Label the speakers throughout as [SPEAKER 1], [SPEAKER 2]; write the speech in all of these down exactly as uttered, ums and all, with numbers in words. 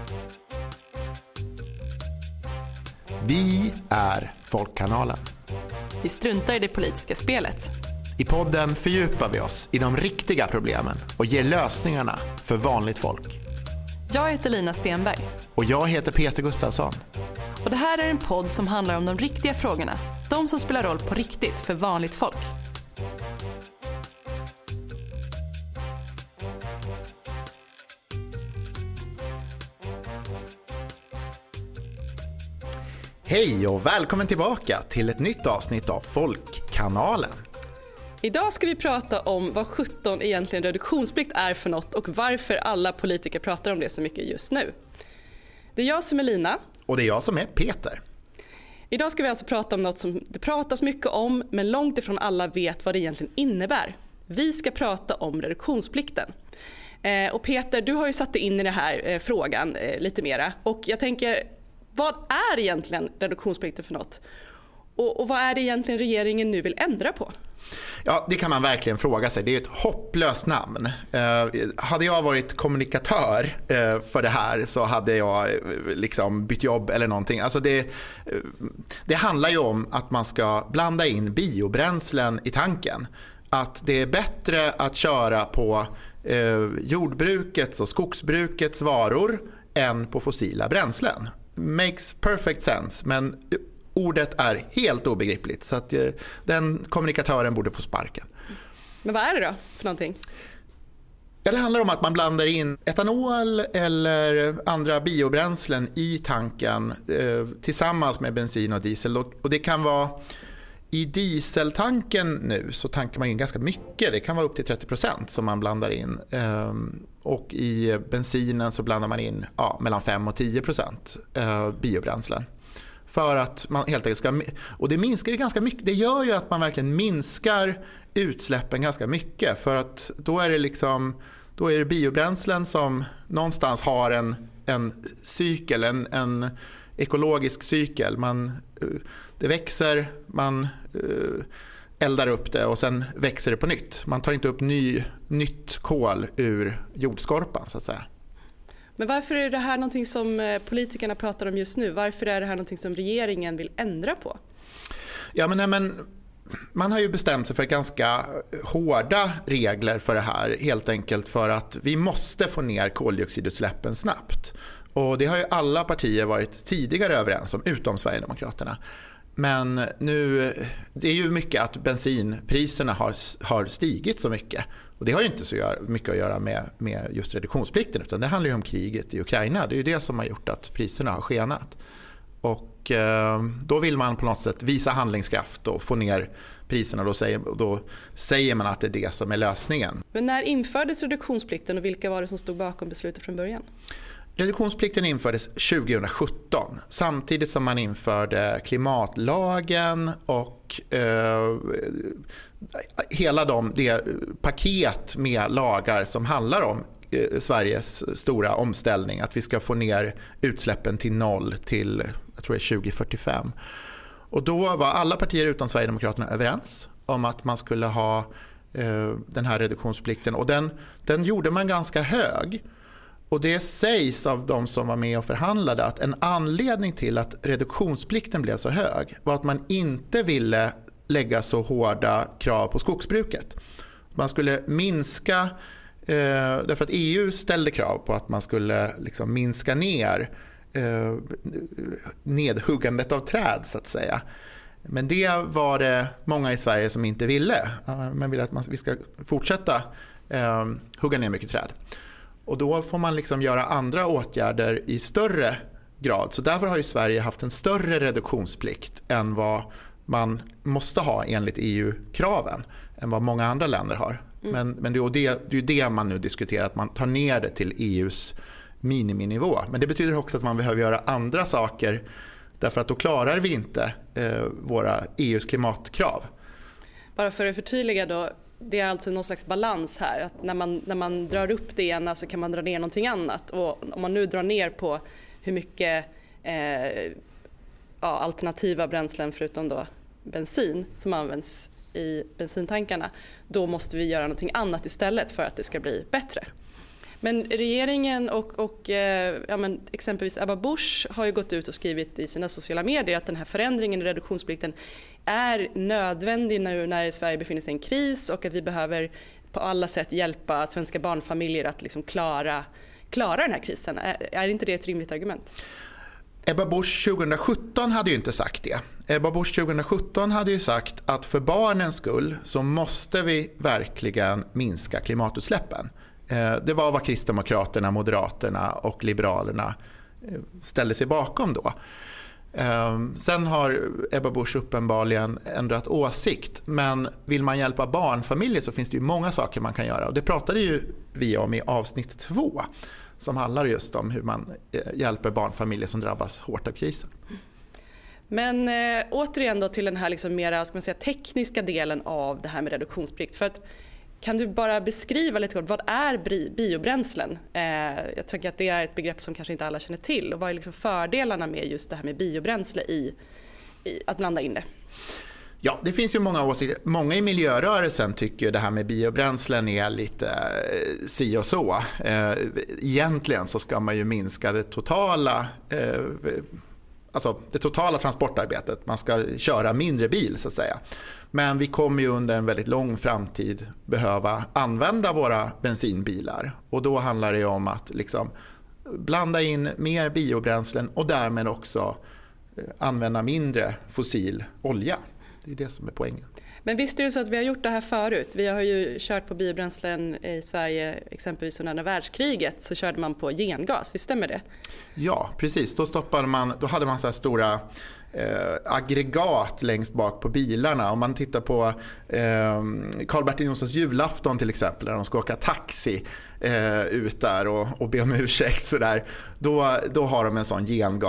[SPEAKER 1] Vi är Folkkanalen.
[SPEAKER 2] Vi struntar i det politiska spelet.
[SPEAKER 1] I podden fördjupar vi oss i de riktiga problemen och ger lösningarna för vanligt folk.
[SPEAKER 2] Jag heter Lina Stenberg.
[SPEAKER 1] Och jag heter Peter Gustafsson.
[SPEAKER 2] Och det här är en podd som handlar om de riktiga frågorna. De som spelar roll på riktigt för vanligt folk.
[SPEAKER 1] Hej och välkommen tillbaka till ett nytt avsnitt av Folkkanalen.
[SPEAKER 2] Idag ska vi prata om vad sjutton egentligen reduktionsplikt är för något och varför alla politiker pratar om det så mycket just nu. Det är jag som är Lina.
[SPEAKER 1] Och det är jag som är Peter.
[SPEAKER 2] Idag ska vi alltså prata om något som det pratas mycket om men långt ifrån alla vet vad det egentligen innebär. Vi ska prata om reduktionsplikten. Eh, och Peter, du har ju satt dig in i den här eh, frågan eh, lite mera. Och jag tänker, vad är egentligen reduktionsplikten för något? Och, och vad är det egentligen regeringen nu vill ändra på?
[SPEAKER 1] Ja, det kan man verkligen fråga sig. Det är ett hopplöst namn. Eh, hade jag varit kommunikatör eh, för det här så hade jag eh, liksom bytt jobb eller någonting. Alltså det, eh, det handlar ju om att man ska blanda in biobränslen i tanken. Att det är bättre att köra på eh, jordbrukets och skogsbrukets varor än på fossila bränslen. Makes perfect sense, men ordet är helt obegripligt så att eh, den kommunikatören borde få sparken.
[SPEAKER 2] Men vad är det då för någonting?
[SPEAKER 1] Ja, det handlar om att man blandar in etanol eller andra biobränslen i tanken eh, tillsammans med bensin och diesel. Och, och det kan vara i dieseltanken nu så tankar man in ganska mycket. Det kan vara upp till trettio procent som man blandar in. Eh, och i bensinen så blandar man in ja, mellan fem och tio procent eh, biobränslen. För att man helt enkelt ska, och det minskar ju ganska mycket. Det gör ju att man verkligen minskar utsläppen ganska mycket. För att då är det liksom, då är det biobränslen som någonstans har en, en cykel, en, en ekologisk cykel. Man, det växer, man eldar upp det och sen växer det på nytt. Man tar inte upp ny, nytt kol ur jordskorpan så att säga.
[SPEAKER 2] Men varför är det här någonting som politikerna pratar om just nu? Varför är det här någonting som regeringen vill ändra på?
[SPEAKER 1] Ja, men, nej, men man har ju bestämt sig för ganska hårda regler för det här. Helt enkelt för att vi måste få ner koldioxidutsläppen snabbt. Och det har ju alla partier varit tidigare överens om, utom Sverigedemokraterna. Men nu, det är ju mycket att bensinpriserna har, har stigit så mycket. Och det har ju inte så mycket att göra med, med just reduktionsplikten utan det handlar ju om kriget i Ukraina. Det är ju det som har gjort att priserna har skenat. Och eh, då vill man på något sätt visa handlingskraft och få ner priserna. Då säger, då säger man att det är det som är lösningen.
[SPEAKER 2] Men när infördes reduktionsplikten och vilka var det som stod bakom beslutet från början?
[SPEAKER 1] Reduktionsplikten infördes tjugohundrasjutton samtidigt som man införde klimatlagen och eh, hela de, det paket med lagar som handlar om eh, Sveriges stora omställning. Att vi ska få ner utsläppen till noll till jag tror det är tjugo fyrtiofem. Och då var alla partier utom Sverigedemokraterna överens om att man skulle ha eh, den här reduktionsplikten. Och den, den gjorde man ganska hög. Och det sägs av de som var med och förhandlade att en anledning till att reduktionsplikten blev så hög var att man inte ville lägga så hårda krav på skogsbruket. Man skulle minska, eh, därför att E U ställde krav på att man skulle liksom minska ner eh, nedhuggandet av träd så att säga. Men det var det många i Sverige som inte ville. Man ville att man, vi ska fortsätta eh, hugga ner mycket träd. Och då får man liksom göra andra åtgärder i större grad. Så därför har ju Sverige haft en större reduktionsplikt än vad man måste ha enligt E U-kraven. Än vad många andra länder har. Mm. Men, men det är ju det, det, är det man nu diskuterar. Att man tar ner det till E U:s miniminivå. Men det betyder också att man behöver göra andra saker. Därför att då klarar vi inte eh, våra E U:s klimatkrav.
[SPEAKER 2] Bara för att förtydliga då. Det är alltså någon slags balans här. Att när man, när man drar upp det ena så kan man dra ner någonting annat. Och om man nu drar ner på hur mycket eh, ja, alternativa bränslen förutom då bensin som används i bensintankarna. Då måste vi göra någonting annat istället för att det ska bli bättre. Men regeringen och, och ja, men exempelvis Ebba Busch har ju gått ut och skrivit i sina sociala medier att den här förändringen i reduktionsplikten är nödvändig nu när Sverige befinner sig i en kris och att vi behöver på alla sätt hjälpa svenska barnfamiljer att liksom klara, klara den här krisen. Är, är inte det ett rimligt argument?
[SPEAKER 1] Ebba Busch tjugohundrasjutton hade ju inte sagt det. Ebba Busch tjugohundrasjutton hade ju sagt att för barnens skull så måste vi verkligen minska klimatutsläppen. Det var vad Kristdemokraterna, Moderaterna och Liberalerna ställde sig bakom då. Sen har Ebba Busch uppenbarligen ändrat åsikt, men vill man hjälpa barnfamiljer så finns det ju många saker man kan göra. Och det pratade ju vi om i avsnitt två som handlar just om hur man hjälper barnfamiljer som drabbas hårt av krisen.
[SPEAKER 2] Men äh, återigen då till den här liksom mera, ska man säga, tekniska delen av det här med reduktionsplikt. För att, kan du bara beskriva lite kort, vad är biobränslen? Eh, jag tycker att det är ett begrepp som kanske inte alla känner till. Och vad är liksom fördelarna med just det här med biobränsle i, i att blanda in det?
[SPEAKER 1] Ja, det finns ju många åsikter. Många i miljörörelsen tycker det här med biobränslen är lite eh, si och så. Eh, egentligen så ska man ju minska det totala, eh, alltså det totala transportarbetet. Man ska köra mindre bil så att säga. Men vi kommer ju under en väldigt lång framtid behöva använda våra bensinbilar. Och då handlar det om att liksom blanda in mer biobränslen och därmed också använda mindre fossil olja. Det är det som är poängen.
[SPEAKER 2] Men visst är det så att vi har gjort det här förut. Vi har ju kört på biobränslen i Sverige, exempelvis under andra världskriget så körde man på gengas, visst stämmer det?
[SPEAKER 1] Ja, precis. Då stoppade man, då hade man så här stora eh, aggregat längst bak på bilarna. Om man tittar på eh, Karl-Bertil Jonssons julafton till exempel, där de ska åka taxi eh, ut där och, och be om ursäkt så där. Då, då har de en sån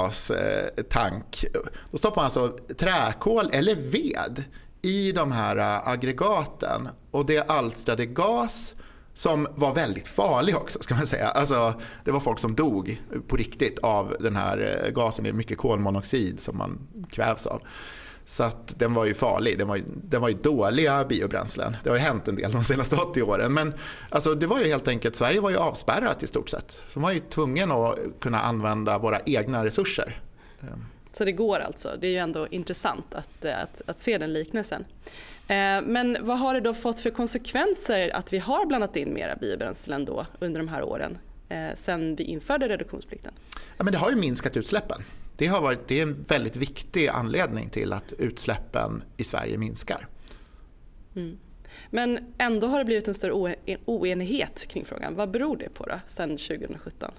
[SPEAKER 1] gengastank. Eh, då stoppar man alltså träkol eller ved i de här aggregaten och det alstrade gas som var väldigt farlig också, ska man säga. Alltså, det var folk som dog på riktigt av den här gasen. Det är mycket kolmonoxid som man kvävs av. Så att den var ju farlig. Den var ju, den var ju dåliga biobränslen. Det har ju hänt en del de senaste åttio åren. Men alltså, det var ju helt enkelt, Sverige var ju avspärrat i stort sett. Så man var ju tvungen att kunna använda våra egna resurser.
[SPEAKER 2] Så det går alltså. Det är ju ändå intressant att, att, att se den liknelsen. Men vad har det då fått för konsekvenser att vi har blandat in mera biobränslen då under de här åren sen vi införde reduktionsplikten?
[SPEAKER 1] Ja, men det har ju minskat utsläppen. Det, har varit, det är en väldigt viktig anledning till att utsläppen i Sverige minskar.
[SPEAKER 2] Mm. Men ändå har det blivit en större oenighet kring frågan. Vad beror det på då sen tjugohundrasjutton?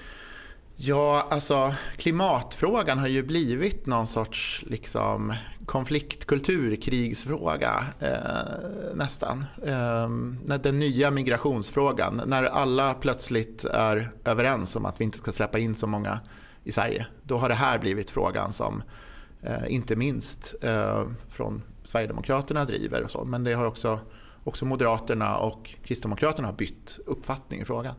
[SPEAKER 1] Ja, alltså klimatfrågan har ju blivit någon sorts liksom konfliktkultur, krigsfråga eh, nästan. Eh, den nya migrationsfrågan, när alla plötsligt är överens om att vi inte ska släppa in så många i Sverige, då har det här blivit frågan som eh, inte minst eh, från Sverigedemokraterna driver och så, men det har också, också Moderaterna och Kristdemokraterna har bytt uppfattning i frågan.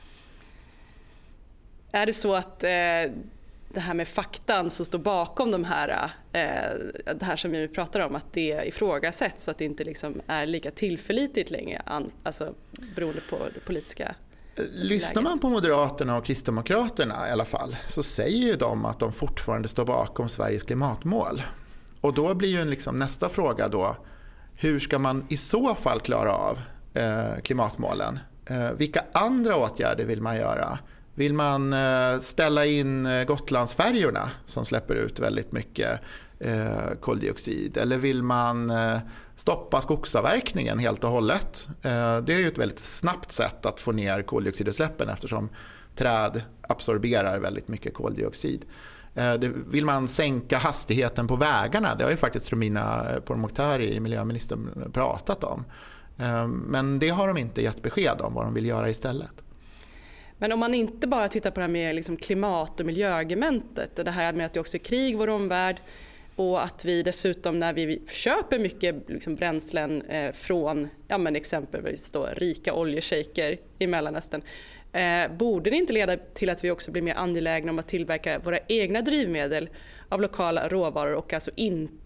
[SPEAKER 1] Är
[SPEAKER 2] det så att eh, det här med faktan som står bakom de här, eh, det här som vi pratar om, att det ifrågasätts så att det inte liksom är lika tillförlitligt längre, alltså beroende på det politiska
[SPEAKER 1] Lyssnar man på Moderaterna och Kristdemokraterna i alla fall, så säger ju de att de fortfarande står bakom Sveriges klimatmål. Och då blir ju en liksom nästa fråga då, hur ska man i så fall klara av eh, klimatmålen? Eh, vilka andra åtgärder vill man göra? Vill man eh, ställa in Gotlandsfärjorna som släpper ut väldigt mycket eh, koldioxid? Eller vill man eh, stoppa skogsavverkningen helt och hållet? Eh, det är ju ett väldigt snabbt sätt att få ner koldioxidutsläppen eftersom träd absorberar väldigt mycket koldioxid. Eh, det, vill man sänka hastigheten på vägarna? Det har ju faktiskt Romina Pourmokhtari, miljöministern, pratat om. Eh, men det har de inte gett besked om vad de vill göra istället.
[SPEAKER 2] Men om man inte bara tittar på det här med liksom klimat- och miljöargumentet, det här med att det också är krig i vår omvärld och att vi dessutom när vi köper mycket liksom bränslen eh, från ja, men exempelvis då, rika oljeshejker i Mellanöstern, eh, borde det inte leda till att vi också blir mer angelägna om att tillverka våra egna drivmedel av lokala råvaror och alltså inte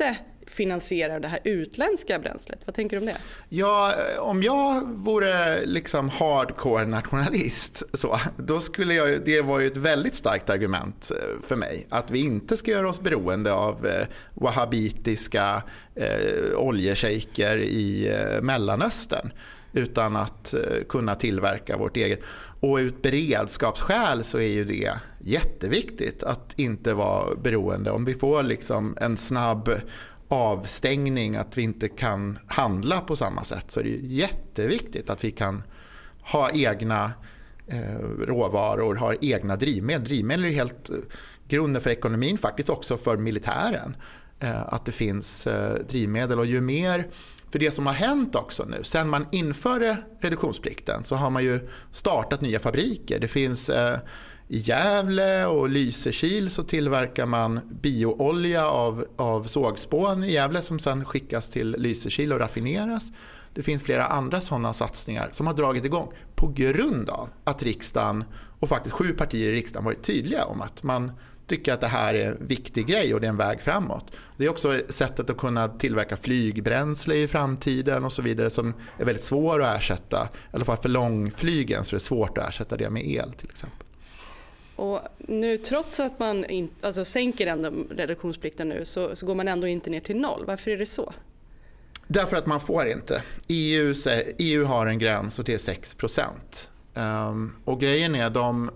[SPEAKER 2] finansierar det här utländska bränslet. Vad tänker du om det?
[SPEAKER 1] Ja, om jag vore liksom hardcore nationalist så, då skulle jag, det var ju ett väldigt starkt argument för mig att vi inte ska göra oss beroende av eh, wahhabitiska eh, oljeshejker i eh, Mellanöstern utan att eh, kunna tillverka vårt eget. Och ur ett beredskapsskäl så är ju det jätteviktigt att inte vara beroende. Om vi får liksom en snabb avstängning, att vi inte kan handla på samma sätt, så är det ju jätteviktigt att vi kan ha egna eh, råvaror, ha egna drivmedel. Drivmedel är helt grunden för ekonomin, faktiskt också för militären. Eh, att det finns eh, drivmedel, och ju mer. För det som har hänt också nu, sen man införde reduktionsplikten så har man ju startat nya fabriker. Det finns eh, i Gävle och Lysekil så tillverkar man bioolja av, av sågspån i Gävle som sen skickas till Lysekil och raffineras. Det finns flera andra sådana satsningar som har dragit igång på grund av att riksdagen och faktiskt sju partier i riksdagen varit tydliga om att man tycker att det här är en viktig grej och det är en väg framåt. Det är också sättet att kunna tillverka flygbränsle i framtiden och så vidare som är väldigt svår att ersätta. I alla fall för långflygen så är det svårt att ersätta det med el till exempel.
[SPEAKER 2] Och nu trots att man in, alltså sänker ändå reduktionsplikten nu så, så går man ändå inte ner till noll. Varför är det så?
[SPEAKER 1] Därför att man får inte. E U, E U har en gräns och det är sex procent. Um, och grejen är de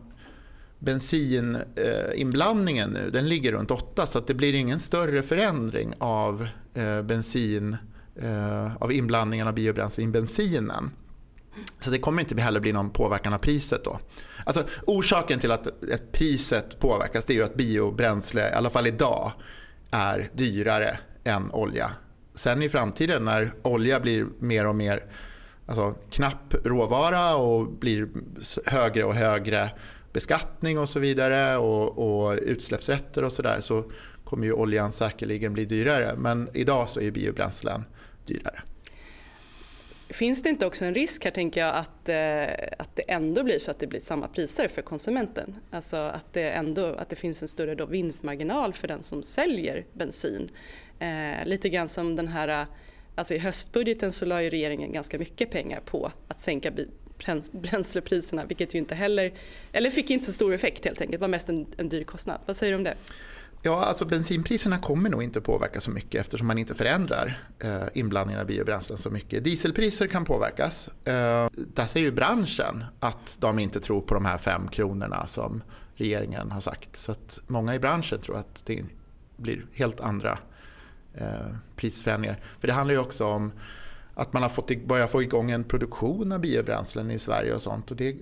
[SPEAKER 1] bensininblandningen nu, den ligger runt åtta, så att det blir ingen större förändring av eh, bensin eh, av inblandningen av biobränsle i bensinen. Så det kommer inte heller bli någon påverkan av priset då. Alltså orsaken till att ett priset påverkas, det är ju att biobränsle i alla fall idag är dyrare än olja. Sen i framtiden när olja blir mer och mer alltså knapp råvara och blir högre och högre beskattning och så vidare och, och utsläppsrätter och så där, så kommer ju oljan säkerligen bli dyrare. Men idag så är biobränslen dyrare.
[SPEAKER 2] Finns det inte också en risk här, tänker jag, att, eh, att det ändå blir så att det blir samma priser för konsumenten? Alltså att det ändå att det finns en större då vinstmarginal för den som säljer bensin. Eh, lite grann som den här, alltså i höstbudgeten så la ju regeringen ganska mycket pengar på att sänka bi- bränslepriserna, vilket ju inte heller, eller fick inte så stor effekt helt enkelt, det var mest en, en dyr kostnad. Vad säger du om det?
[SPEAKER 1] Ja, alltså bensinpriserna kommer nog inte påverka så mycket eftersom man inte förändrar eh, inblandningen av biobränslen så mycket. Dieselpriser kan påverkas. Eh, där säger ju branschen att de inte tror på de här fem kronorna som regeringen har sagt. Så att många i branschen tror att det blir helt andra eh, prisförändringar. För det handlar ju också om att man har fått börjat få igång en produktion av biobränslen i Sverige och sånt. Och det,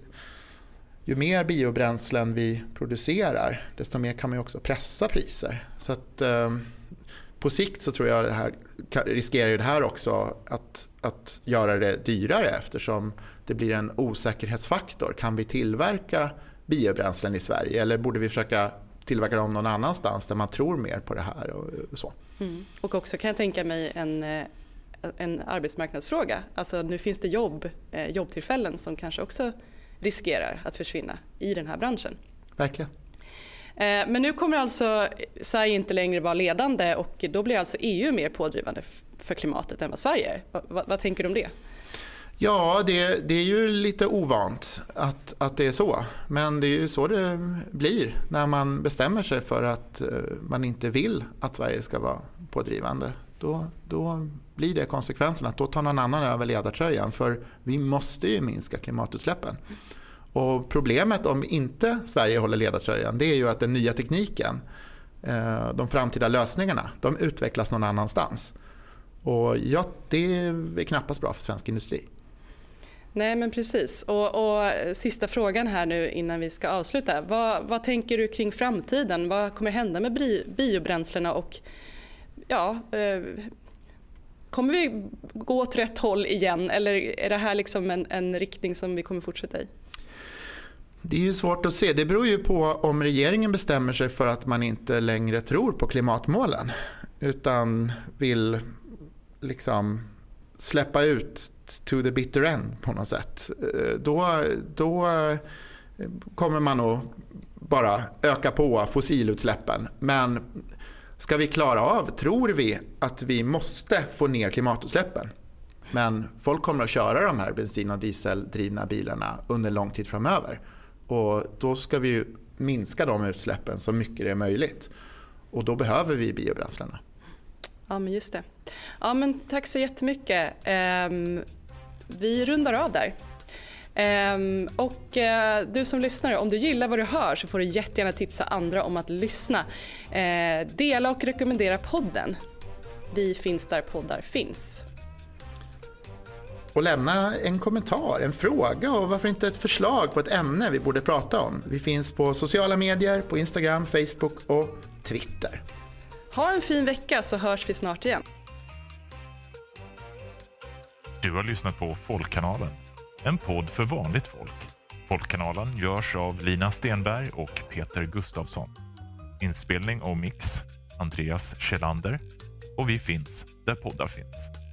[SPEAKER 1] ju mer biobränslen vi producerar, desto mer kan man ju också pressa priser. Så att eh, på sikt så tror jag det här riskerar ju det här också att, att göra det dyrare eftersom det blir en osäkerhetsfaktor. Kan vi tillverka biobränslen i Sverige eller borde vi försöka tillverka dem någon annanstans där man tror mer på det här och så.
[SPEAKER 2] Mm. Och också kan jag tänka mig en en arbetsmarknadsfråga. Alltså nu finns det jobb, eh, jobbtillfällen som kanske också riskerar att försvinna i den här branschen.
[SPEAKER 1] Verkligen.
[SPEAKER 2] Eh, men nu kommer alltså Sverige inte längre vara ledande och då blir alltså E U mer pådrivande f- för klimatet än vad Sverige är. Va- va- vad tänker du om det?
[SPEAKER 1] Ja, det, det är ju lite ovant att, att det är så. Men det är ju så det blir när man bestämmer sig för att uh, man inte vill att Sverige ska vara pådrivande. Då, då blir det konsekvensen att då tar någon annan över ledartröjan, för vi måste ju minska klimatutsläppen. Och problemet om inte Sverige håller ledartröjan, det är ju att den nya tekniken, de framtida lösningarna, de utvecklas någon annanstans. Och ja, det är knappast bra för svensk industri.
[SPEAKER 2] Nej, men precis. Och, och sista frågan här nu innan vi ska avsluta. Vad, vad tänker du kring framtiden? Vad kommer hända med biobränslena och ja, eh, kommer vi gå åt rätt håll igen eller är det här liksom en, en riktning som vi kommer fortsätta i?
[SPEAKER 1] Det är ju svårt att se. Det beror ju på om regeringen bestämmer sig för att man inte längre tror på klimatmålen utan vill liksom släppa ut to the bitter end på något sätt. Då, då kommer man nog bara öka på fossilutsläppen. Men ska vi klara av, tror vi att vi måste få ner klimatutsläppen. Men folk kommer att köra de här bensin- och dieseldrivna bilarna under lång tid framöver. Och då ska vi ju minska de utsläppen så mycket det är möjligt. Och då behöver vi biobränslena.
[SPEAKER 2] Ja, men just det. Ja, men tack så jättemycket. Um, vi rundar av där. Um, och uh, du som lyssnar, om du gillar vad du hör så får du jättegärna tipsa andra om att lyssna. Uh, dela och rekommendera podden. Vi finns där poddar finns.
[SPEAKER 1] Och lämna en kommentar, en fråga och varför inte ett förslag på ett ämne vi borde prata om. Vi finns på sociala medier, på Instagram, Facebook och Twitter.
[SPEAKER 2] Ha en fin vecka så hörs vi snart igen.
[SPEAKER 3] Du har lyssnat på Folkkanalen, en podd för vanligt folk. Folkkanalen görs av Lina Stenberg och Peter Gustafsson. Inspelning och mix Andreas Kjellander. Och vi finns där poddar finns.